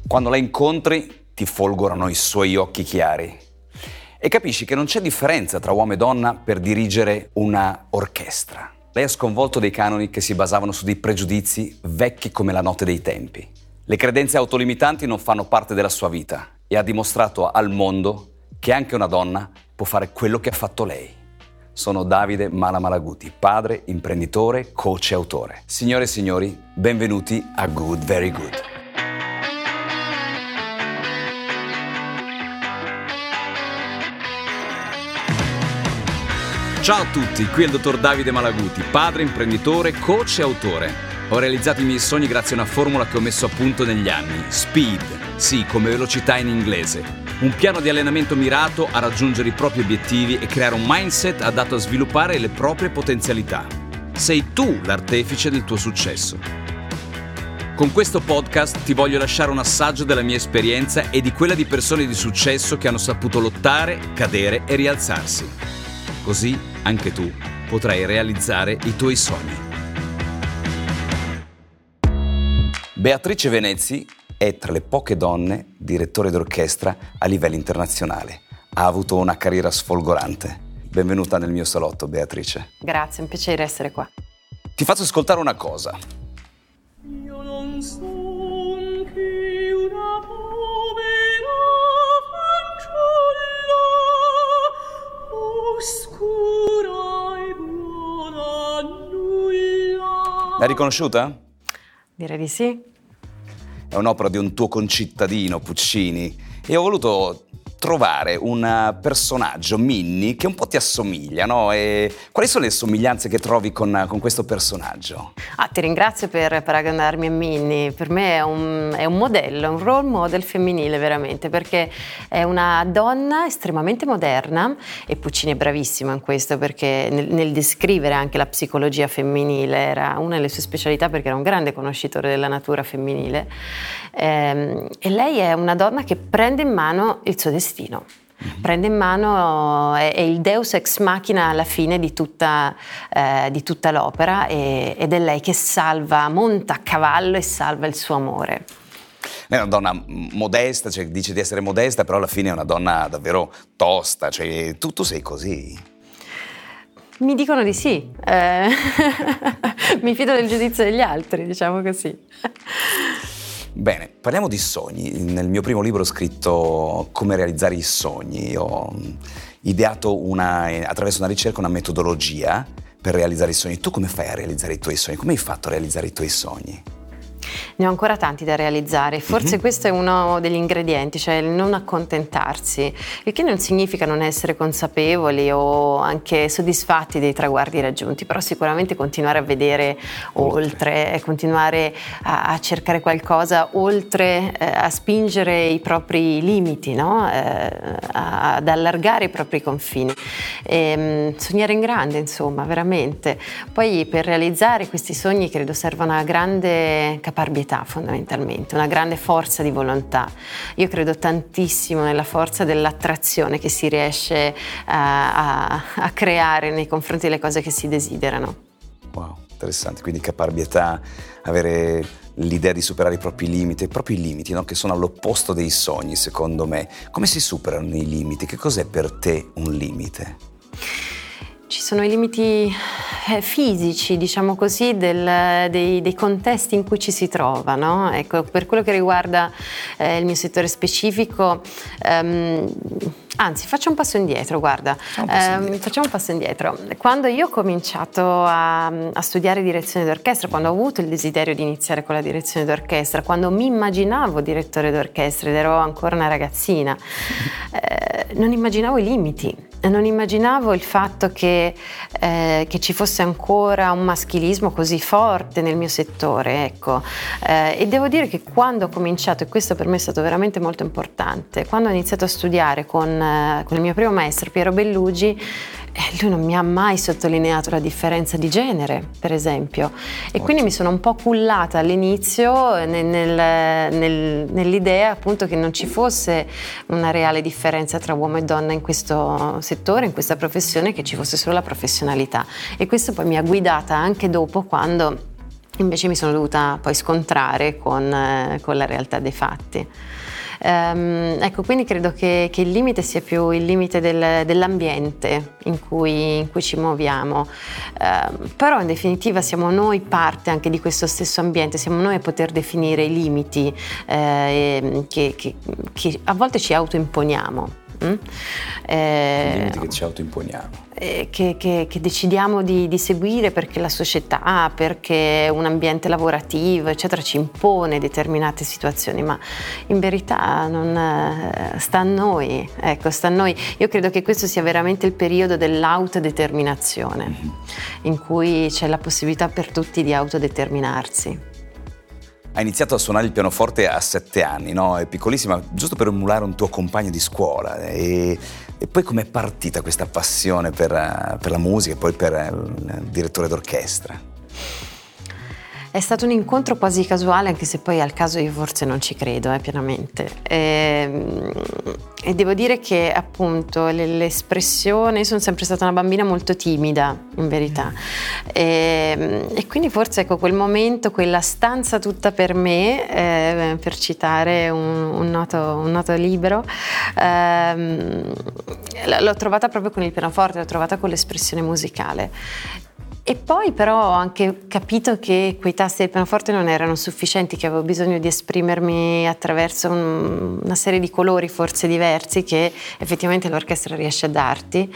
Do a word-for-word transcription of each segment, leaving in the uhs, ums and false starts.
Quando la incontri ti folgorano i suoi occhi chiari e capisci che non c'è differenza tra uomo e donna per dirigere una orchestra. Lei ha sconvolto dei canoni che si basavano su dei pregiudizi vecchi come la notte dei tempi. Le credenze autolimitanti non fanno parte della sua vita e ha dimostrato al mondo che anche una donna può fare quello che ha fatto lei. Sono Davide Mala Malaguti, padre, imprenditore, coach e autore. Signore e signori, benvenuti a Good Very Good. Ciao a tutti, qui è il dottor Davide Malaguti, padre, imprenditore, coach e autore. Ho realizzato i miei sogni grazie a una formula che ho messo a punto negli anni. Speed, sì, come velocità in inglese. Un piano di allenamento mirato a raggiungere i propri obiettivi e creare un mindset adatto a sviluppare le proprie potenzialità. Sei tu l'artefice del tuo successo. Con questo podcast ti voglio lasciare un assaggio della mia esperienza e di quella di persone di successo che hanno saputo lottare, cadere e rialzarsi. Così anche tu potrai realizzare i tuoi sogni. Beatrice Venezzi è tra le poche donne direttore d'orchestra a livello internazionale. Ha avuto una carriera sfolgorante. Benvenuta nel mio salotto, Beatrice. Grazie, è un piacere essere qua. Ti faccio ascoltare una cosa. Io non son che una povera fanciulla, oscura e buona nulla. L'hai riconosciuta? Direi di sì. È un'opera di un tuo concittadino, Puccini, e ho voluto trovare un personaggio, Minnie, che un po' ti assomiglia, no? E quali sono le somiglianze che trovi con, con questo personaggio? Ah, ti ringrazio per paragonarmi a Minnie. Per me è un, è un modello, un role model femminile veramente, perché è una donna estremamente moderna e Puccini è bravissimo in questo, perché nel, nel descrivere anche la psicologia femminile era una delle sue specialità, perché era un grande conoscitore della natura femminile. Ehm, e lei è una donna che prende in mano il suo destino. Mm-hmm. Prende in mano, è, è il deus ex machina alla fine di tutta, eh, di tutta l'opera, e, ed è lei che salva, monta a cavallo e salva il suo amore. Lei è una donna modesta, cioè dice di essere modesta, però alla fine è una donna davvero tosta, cioè tu, tu sei così. Mi dicono di sì, eh, mi fido del giudizio degli altri, diciamo così. Bene, parliamo di sogni. Nel mio primo libro ho scritto come realizzare i sogni. Ho ideato una, attraverso una ricerca una metodologia per realizzare i sogni. Tu come fai a realizzare i tuoi sogni? Come hai fatto a realizzare i tuoi sogni? Ne ho ancora tanti da realizzare, forse mm-hmm. questo è uno degli ingredienti, cioè il non accontentarsi, il che non significa non essere consapevoli o anche soddisfatti dei traguardi raggiunti, però sicuramente continuare a vedere oltre, oltre continuare a, a cercare qualcosa oltre, eh, a spingere i propri limiti, no? eh, a, ad allargare i propri confini, e, sognare in grande, insomma, veramente. Poi per realizzare questi sogni credo serva una grande caparbietà, fondamentalmente, una grande forza di volontà. Io credo tantissimo nella forza dell'attrazione che si riesce a, a, a creare nei confronti delle cose che si desiderano. Wow, interessante. Quindi caparbietà, avere l'idea di superare i propri limiti, i propri limiti, no? Che sono all'opposto dei sogni, secondo me. Come si superano i limiti? Che cos'è per te un limite? Ci sono i limiti eh, fisici, diciamo così, del, dei, dei contesti in cui ci si trova, no? Ecco, per quello che riguarda eh, il mio settore specifico, ehm, anzi, faccio un passo indietro, guarda, un passo indietro. Eh, facciamo un passo indietro. Quando io ho cominciato a, a studiare direzione d'orchestra, quando ho avuto il desiderio di iniziare con la direzione d'orchestra, quando mi immaginavo direttore d'orchestra ed ero ancora una ragazzina, eh, non immaginavo i limiti. Non immaginavo il fatto che, eh, che ci fosse ancora un maschilismo così forte nel mio settore, ecco. Eh, e devo dire che quando ho cominciato, e questo per me è stato veramente molto importante, quando ho iniziato a studiare con, eh, con il mio primo maestro Piero Bellugi, eh, lui non mi ha mai sottolineato la differenza di genere, per esempio, e quindi mi sono un po' cullata all'inizio nel, nel, nel, nell'idea appunto che non ci fosse una reale differenza tra uomo e donna in questo settore, in questa professione, che ci fosse solo la professionalità, e questo poi mi ha guidata anche dopo, quando invece mi sono dovuta poi scontrare con, eh, con la realtà dei fatti. Um, ecco, quindi credo che, che il limite sia più il limite del, dell'ambiente in cui, in cui ci muoviamo, uh, però in definitiva siamo noi parte anche di questo stesso ambiente, siamo noi a poter definire i limiti eh, che, che, che a volte ci autoimponiamo. Mm? Eh, I limiti che ci autoimponiamo. Eh, che, che, che decidiamo di, di seguire perché la società, perché un ambiente lavorativo, eccetera, ci impone determinate situazioni, ma in verità non eh, sta a noi, ecco, sta a noi. Io credo che questo sia veramente il periodo dell'autodeterminazione, mm-hmm. in cui c'è la possibilità per tutti di autodeterminarsi. Hai iniziato a suonare il pianoforte a sette anni, no? È piccolissima, giusto per emulare un tuo compagno di scuola. E, e poi com'è partita questa passione per, per la musica e poi per il direttore d'orchestra? È stato un incontro quasi casuale, anche se poi al caso io forse non ci credo eh, pienamente. E, e devo dire che appunto l'espressione, io sono sempre stata una bambina molto timida, in verità. E, e quindi forse ecco quel momento, quella stanza tutta per me, eh, per citare un, un, noto, un noto libro, ehm, l'ho trovata proprio con il pianoforte, l'ho trovata con l'espressione musicale. E poi però ho anche capito che quei tasti del pianoforte non erano sufficienti, che avevo bisogno di esprimermi attraverso un, una serie di colori forse diversi che effettivamente l'orchestra riesce a darti.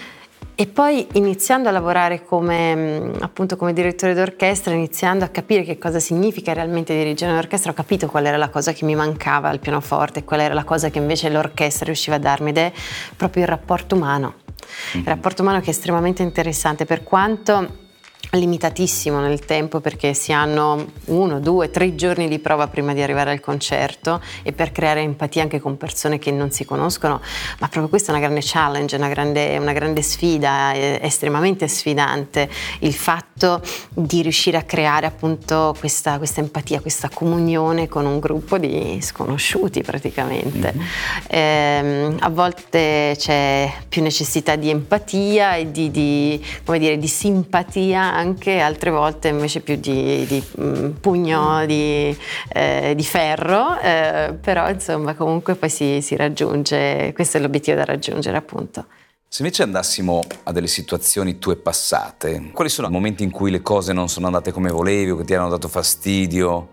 E poi iniziando a lavorare come, appunto, come direttore d'orchestra, iniziando a capire che cosa significa realmente dirigere un'orchestra, ho capito qual era la cosa che mi mancava al pianoforte, qual era la cosa che invece l'orchestra riusciva a darmi, ed è proprio il rapporto umano. Il rapporto umano che è estremamente interessante, per quanto limitatissimo nel tempo, perché si hanno uno, due, tre giorni di prova prima di arrivare al concerto e per creare empatia anche con persone che non si conoscono, ma proprio questa è una grande challenge, una grande, una grande sfida, è estremamente sfidante il fatto di riuscire a creare appunto questa, questa empatia, questa comunione con un gruppo di sconosciuti praticamente. Mm-hmm. Ehm, a volte c'è più necessità di empatia e di, di, come dire, di simpatia, anche altre volte invece più di, di um, pugno di, eh, di ferro, eh, però insomma comunque poi si, si raggiunge, questo è l'obiettivo da raggiungere appunto. Se invece andassimo a delle situazioni tue passate, quali sono i momenti in cui le cose non sono andate come volevi o che ti hanno dato fastidio?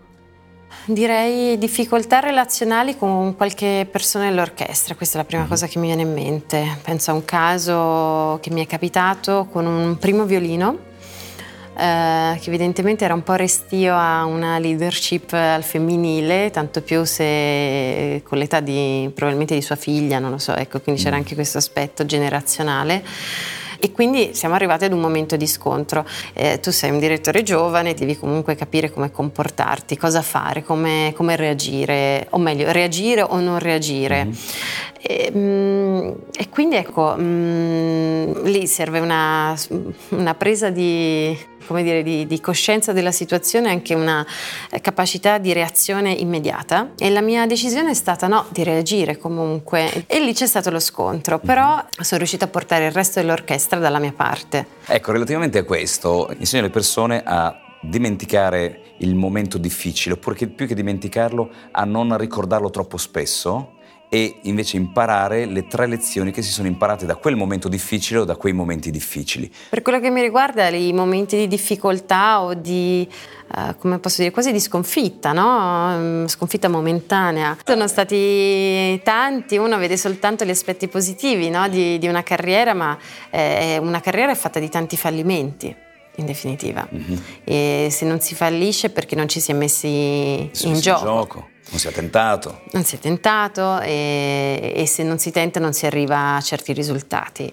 Direi difficoltà relazionali con qualche persona dell'orchestra, questa è la prima mm-hmm. cosa che mi viene in mente. Penso a un caso che mi è capitato con un primo violino, Uh, che evidentemente era un po' restio a una leadership al femminile, tanto più se con l'età di probabilmente di sua figlia, non lo so, ecco, quindi c'era anche questo aspetto generazionale. E quindi siamo arrivati ad un momento di scontro. Eh, tu sei un direttore giovane, devi comunque capire come comportarti, cosa fare, come, come reagire, o meglio, reagire o non reagire. Mm-hmm. E, mh, e quindi ecco, mh, lì serve una, una presa di, come dire, di, di coscienza della situazione, anche una capacità di reazione immediata, e la mia decisione è stata no, di reagire comunque, e lì c'è stato lo scontro, però sono riuscita a portare il resto dell'orchestra dalla mia parte. Ecco, relativamente a questo, insegno alle persone a dimenticare il momento difficile, oppure che, più che dimenticarlo, a non ricordarlo troppo spesso, e invece imparare le tre lezioni che si sono imparate da quel momento difficile o da quei momenti difficili. Per quello che mi riguarda, i momenti di difficoltà o di, uh, come posso dire, quasi di sconfitta, no? Sconfitta momentanea, sono stati tanti. Uno vede soltanto gli aspetti positivi, no? di, di una carriera, ma eh, una carriera è fatta di tanti fallimenti, in definitiva. Mm-hmm. E se non si fallisce è perché non ci si è messi si in gioco. gioco. Non si è tentato. Non si è tentato e, e se non si tenta non si arriva a certi risultati.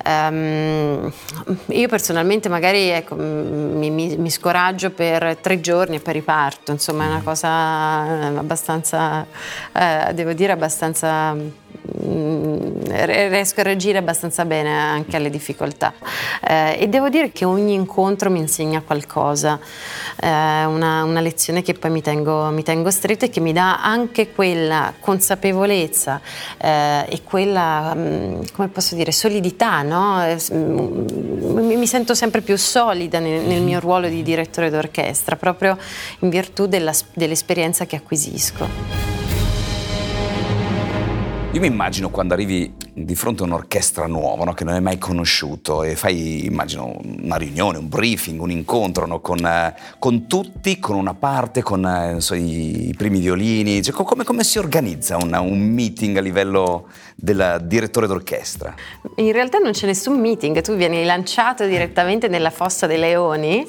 Um, io personalmente magari ecco, mi, mi, mi scoraggio per tre giorni e poi riparto, insomma è una cosa abbastanza, eh, devo dire abbastanza riesco a reagire abbastanza bene anche alle difficoltà, eh, e devo dire che ogni incontro mi insegna qualcosa, eh, una, una lezione che poi mi tengo, mi tengo stretta e che mi dà anche quella consapevolezza eh, e quella, mh, come posso dire, solidità, no? Mi, mi sento sempre più solida nel, nel mio ruolo di direttore d'orchestra, proprio in virtù della, dell'esperienza che acquisisco. Io mi immagino quando arrivi di fronte a un'orchestra nuova, no, che non hai mai conosciuto, e fai, immagino, una riunione, un briefing, un incontro, no, con, eh, con tutti, con una parte, con eh, non so, i, i primi violini. Cioè, come, come si organizza una, un meeting a livello del direttore d'orchestra? In realtà non c'è nessun meeting, tu vieni lanciato direttamente nella fossa dei leoni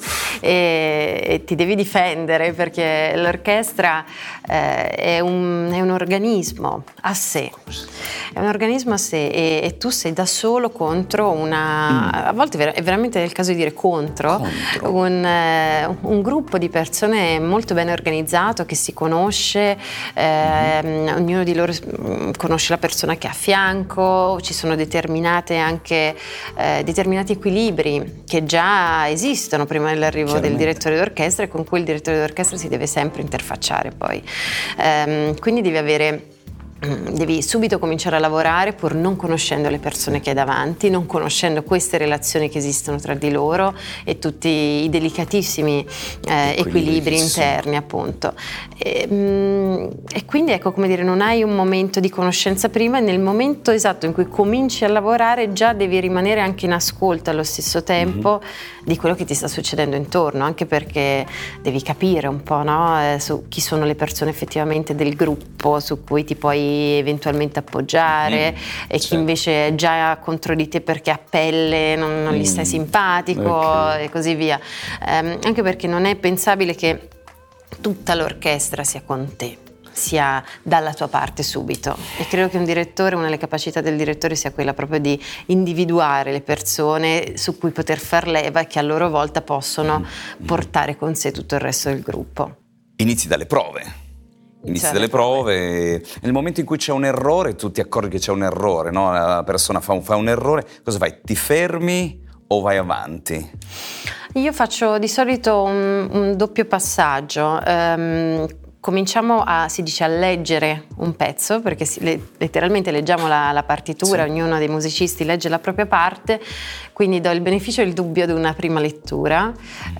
e, e ti devi difendere, perché l'orchestra eh, è, un, è un organismo a sé. È un organismo a sé e, e tu sei da solo contro una, mm. a volte è veramente il caso di dire contro, contro. Un, eh, un gruppo di persone molto ben organizzato che si conosce, eh, mm. ognuno di loro conosce la persona che ha a fianco, ci sono determinate anche eh, determinati equilibri che già esistono prima dell'arrivo del direttore d'orchestra e con cui il direttore d'orchestra si deve sempre interfacciare poi. Eh, quindi devi avere Devi subito cominciare a lavorare pur non conoscendo le persone che hai davanti, non conoscendo queste relazioni che esistono tra di loro e tutti i delicatissimi eh, equilibri interni, appunto. E, mh, e quindi ecco, come dire, non hai un momento di conoscenza prima, e nel momento esatto in cui cominci a lavorare già devi rimanere anche in ascolto allo stesso tempo mm-hmm. di quello che ti sta succedendo intorno, anche perché devi capire un po', no, eh, su chi sono le persone effettivamente del gruppo su cui ti puoi eventualmente appoggiare mm, e certo. chi invece è già contro di te perché a pelle non, non mm, gli stai simpatico okay. e così via, um, anche perché non è pensabile che tutta l'orchestra sia con te, sia dalla tua parte subito, e credo che un direttore, una delle capacità del direttore sia quella proprio di individuare le persone su cui poter far leva e che a loro volta possono mm. portare con sé tutto il resto del gruppo. Inizi dalle prove Inizi delle prove, nel momento in cui c'è un errore tu ti accorgi che c'è un errore, no? La persona fa un, fa un errore, cosa fai? Ti fermi o vai avanti? Io faccio di solito un, un doppio passaggio. Um, Cominciamo a, si dice, a leggere un pezzo, perché si, le, letteralmente leggiamo la, la partitura, sì. Ognuno dei musicisti legge la propria parte, quindi do il beneficio del dubbio ad una prima lettura,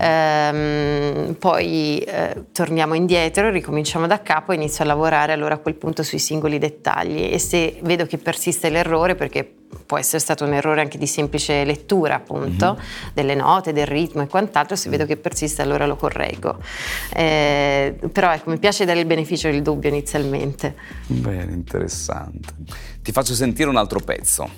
ehm, poi eh, torniamo indietro, ricominciamo da capo e inizio a lavorare allora a quel punto sui singoli dettagli, e se vedo che persiste l'errore, perché può essere stato un errore anche di semplice lettura, appunto, mm-hmm. delle note, del ritmo e quant'altro, se vedo che persiste allora lo correggo. Eh, però ecco, mi piace dare il beneficio del dubbio inizialmente. Bene, interessante. Ti faccio sentire un altro pezzo.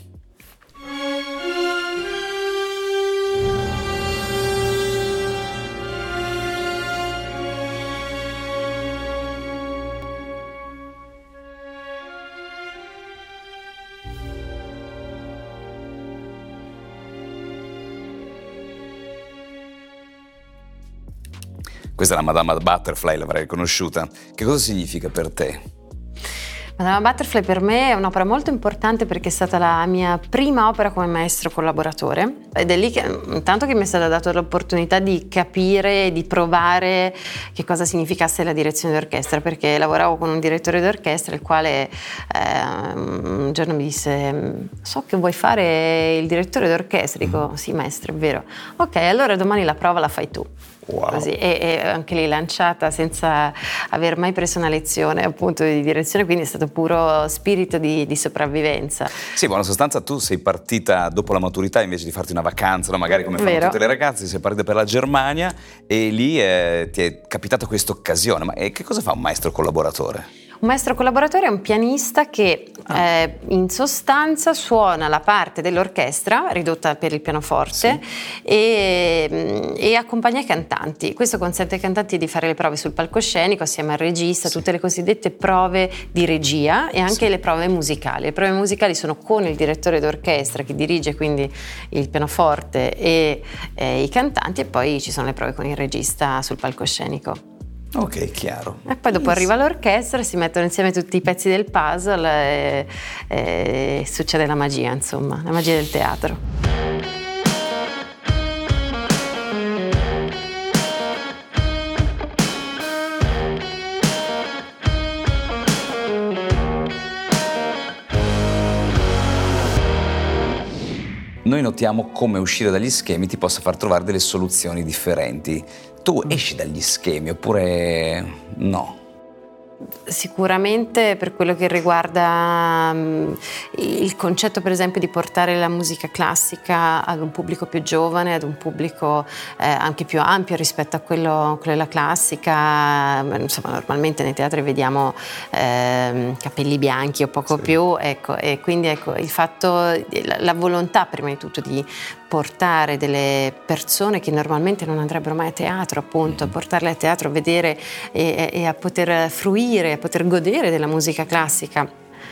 Questa è la Madama Butterfly, l'avrai riconosciuta. Che cosa significa per te? Madama Butterfly per me è un'opera molto importante perché è stata la mia prima opera come maestro collaboratore, ed è lì che intanto che mi è stata data l'opportunità di capire, di provare che cosa significasse la direzione d'orchestra, perché lavoravo con un direttore d'orchestra il quale eh, un giorno mi disse: so che vuoi fare il direttore d'orchestra. Dico: sì maestro, è vero. Ok, allora domani la prova la fai tu. Wow. Così, e, e anche lì lanciata senza aver mai preso una lezione appunto di direzione, quindi è stato puro spirito di, di sopravvivenza. Sì, buona sostanza, tu sei partita dopo la maturità, invece di farti una vacanza, no? Magari come fanno Vero. tutte le ragazze, sei partita per la Germania e lì eh, ti è capitata questa occasione. Ma eh, che cosa fa un maestro collaboratore? Un maestro collaboratore è un pianista che ah. eh, in sostanza suona la parte dell'orchestra ridotta per il pianoforte sì. e, e accompagna i cantanti. Questo consente ai cantanti di fare le prove sul palcoscenico assieme al regista, sì. tutte le cosiddette prove di regia e anche sì. le prove musicali. Le prove musicali sono con il direttore d'orchestra che dirige quindi il pianoforte e eh, i cantanti, e poi ci sono le prove con il regista sul palcoscenico. Ok, chiaro. E poi dopo arriva l'orchestra, si mettono insieme tutti i pezzi del puzzle e, e succede la magia, insomma, la magia del teatro. Noi notiamo come uscire dagli schemi ti possa far trovare delle soluzioni differenti. Tu esci dagli schemi oppure no? Sicuramente per quello che riguarda um, il concetto per esempio di portare la musica classica ad un pubblico più giovane, ad un pubblico eh, anche più ampio rispetto a quello, quello della classica, insomma normalmente nei teatri vediamo eh, capelli bianchi o poco sì. più, ecco, e quindi ecco il fatto, la, la volontà prima di tutto di portare delle persone che normalmente non andrebbero mai a teatro, appunto, portarle a teatro, a vedere e, e a poter fruire, a poter godere della musica classica.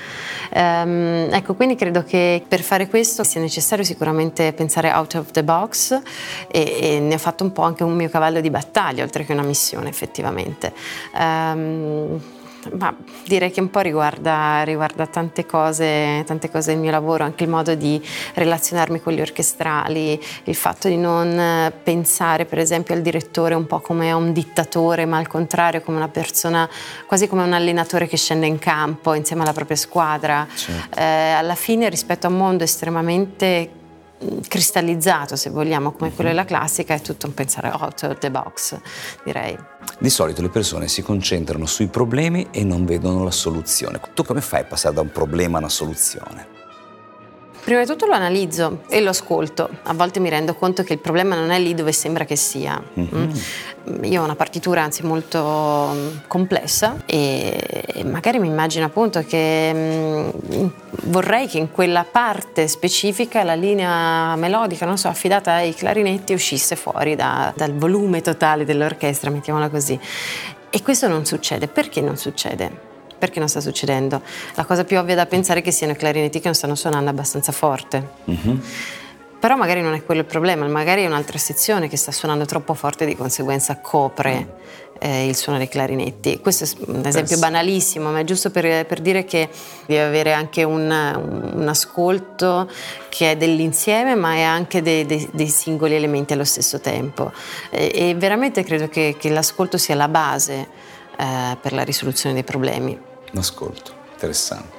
Um, ecco, quindi credo che per fare questo sia necessario sicuramente pensare out of the box e, e ne ho fatto un po' anche un mio cavallo di battaglia, oltre che una missione effettivamente. Um, Ma direi che un po' riguarda, riguarda tante cose, tante cose del mio lavoro, anche il modo di relazionarmi con gli orchestrali, il fatto di non pensare per esempio al direttore un po' come a un dittatore, ma al contrario come una persona, quasi come un allenatore che scende in campo insieme alla propria squadra. Certo. Eh, alla fine rispetto a un mondo estremamente cristallizzato, se vogliamo, come quello della classica, è tutto un pensare out of the box, direi. Di solito le persone si concentrano sui problemi e non vedono la soluzione. Tu come fai a passare da un problema a una soluzione? Prima di tutto lo analizzo e lo ascolto. A volte mi rendo conto che il problema non è lì dove sembra che sia. Mm-hmm. Io ho una partitura anzi molto complessa e, e magari mi immagino appunto che mh, vorrei che in quella parte specifica la linea melodica, non so, affidata ai clarinetti uscisse fuori da, dal volume totale dell'orchestra, mettiamola così. E questo non succede. Perché non succede? Perché non sta succedendo? La cosa più ovvia da pensare è che siano i clarinetti che non stanno suonando abbastanza forte. Mm-hmm. Però magari non è quello il problema, magari è un'altra sezione che sta suonando troppo forte e di conseguenza copre eh, il suono dei clarinetti. Questo è un esempio banalissimo, ma è giusto per, per dire che devi avere anche un, un ascolto che è dell'insieme, ma è anche dei, dei, dei singoli elementi allo stesso tempo. E, e veramente credo che, che l'ascolto sia la base eh, per la risoluzione dei problemi. Ascolto, interessante.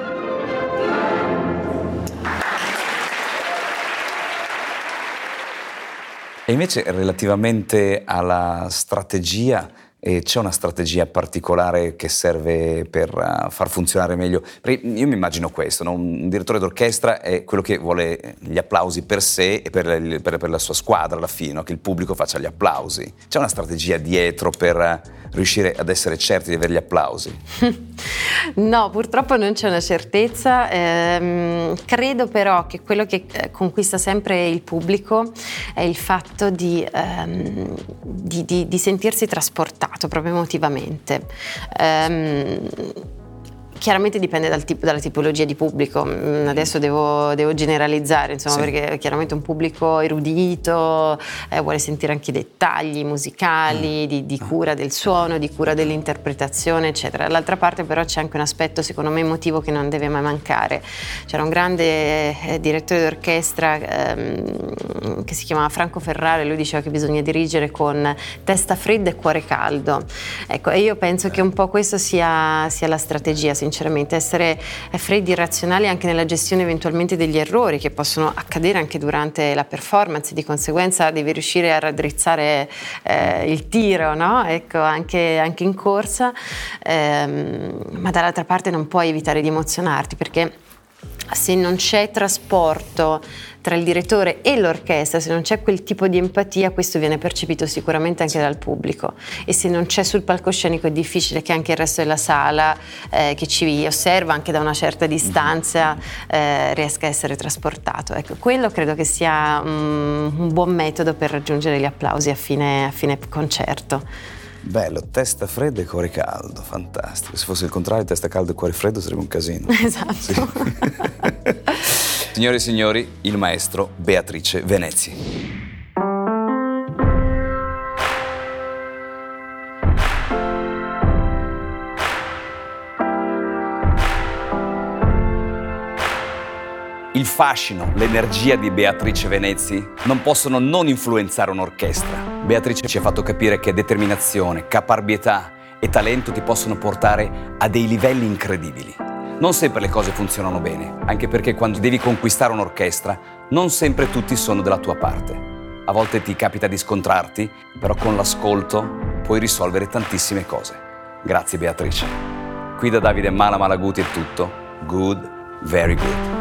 E invece relativamente alla strategia, eh, c'è una strategia particolare che serve per uh, far funzionare meglio? Perché io mi immagino questo, no? Un direttore d'orchestra è quello che vuole gli applausi per sé e per, il, per, per la sua squadra alla fine, no? Che il pubblico faccia gli applausi. C'è una strategia dietro per uh, riuscire ad essere certi di avere gli applausi? No, purtroppo non c'è una certezza. Ehm, credo però che quello che eh, conquista sempre il pubblico è il fatto di, ehm, di, di, di sentirsi trasportato proprio emotivamente. Ehm, Chiaramente dipende dal tipo, dalla tipologia di pubblico. Adesso devo, devo generalizzare, insomma, sì. Perché chiaramente un pubblico erudito eh, vuole sentire anche i dettagli musicali, mm. di, di cura del suono, di cura dell'interpretazione, eccetera. Dall'altra parte però c'è anche un aspetto, secondo me, emotivo che non deve mai mancare. C'era un grande eh, direttore d'orchestra ehm, che si chiamava Franco Ferrara e lui diceva che bisogna dirigere con testa fredda e cuore caldo. Ecco, e io penso eh. che un po' questo sia, sia la strategia, sinceramente, essere freddi e razionali anche nella gestione eventualmente degli errori che possono accadere anche durante la performance, di conseguenza devi riuscire a raddrizzare eh, il tiro, no? Ecco, anche, anche in corsa, ehm, ma dall'altra parte non puoi evitare di emozionarti, perché se non c'è trasporto tra il direttore e l'orchestra, se non c'è quel tipo di empatia, questo viene percepito sicuramente anche dal pubblico, e se non c'è sul palcoscenico è difficile che anche il resto della sala eh, che ci osserva anche da una certa distanza eh, riesca a essere trasportato. Ecco, quello credo che sia um, un buon metodo per raggiungere gli applausi a fine, a fine concerto. Bello, testa fredda e cuore caldo, fantastico. Se fosse il contrario, testa calda e cuore freddo, sarebbe un casino. Esatto. Sì. Signore e signori, il maestro Beatrice Venezi. Il fascino, l'energia di Beatrice Venezi non possono non influenzare un'orchestra. Beatrice ci ha fatto capire che determinazione, caparbietà e talento ti possono portare a dei livelli incredibili. Non sempre le cose funzionano bene, anche perché quando devi conquistare un'orchestra non sempre tutti sono della tua parte. A volte ti capita di scontrarti, però con l'ascolto puoi risolvere tantissime cose. Grazie Beatrice. Qui da Davide Mala Malaguti è tutto. Good, very good.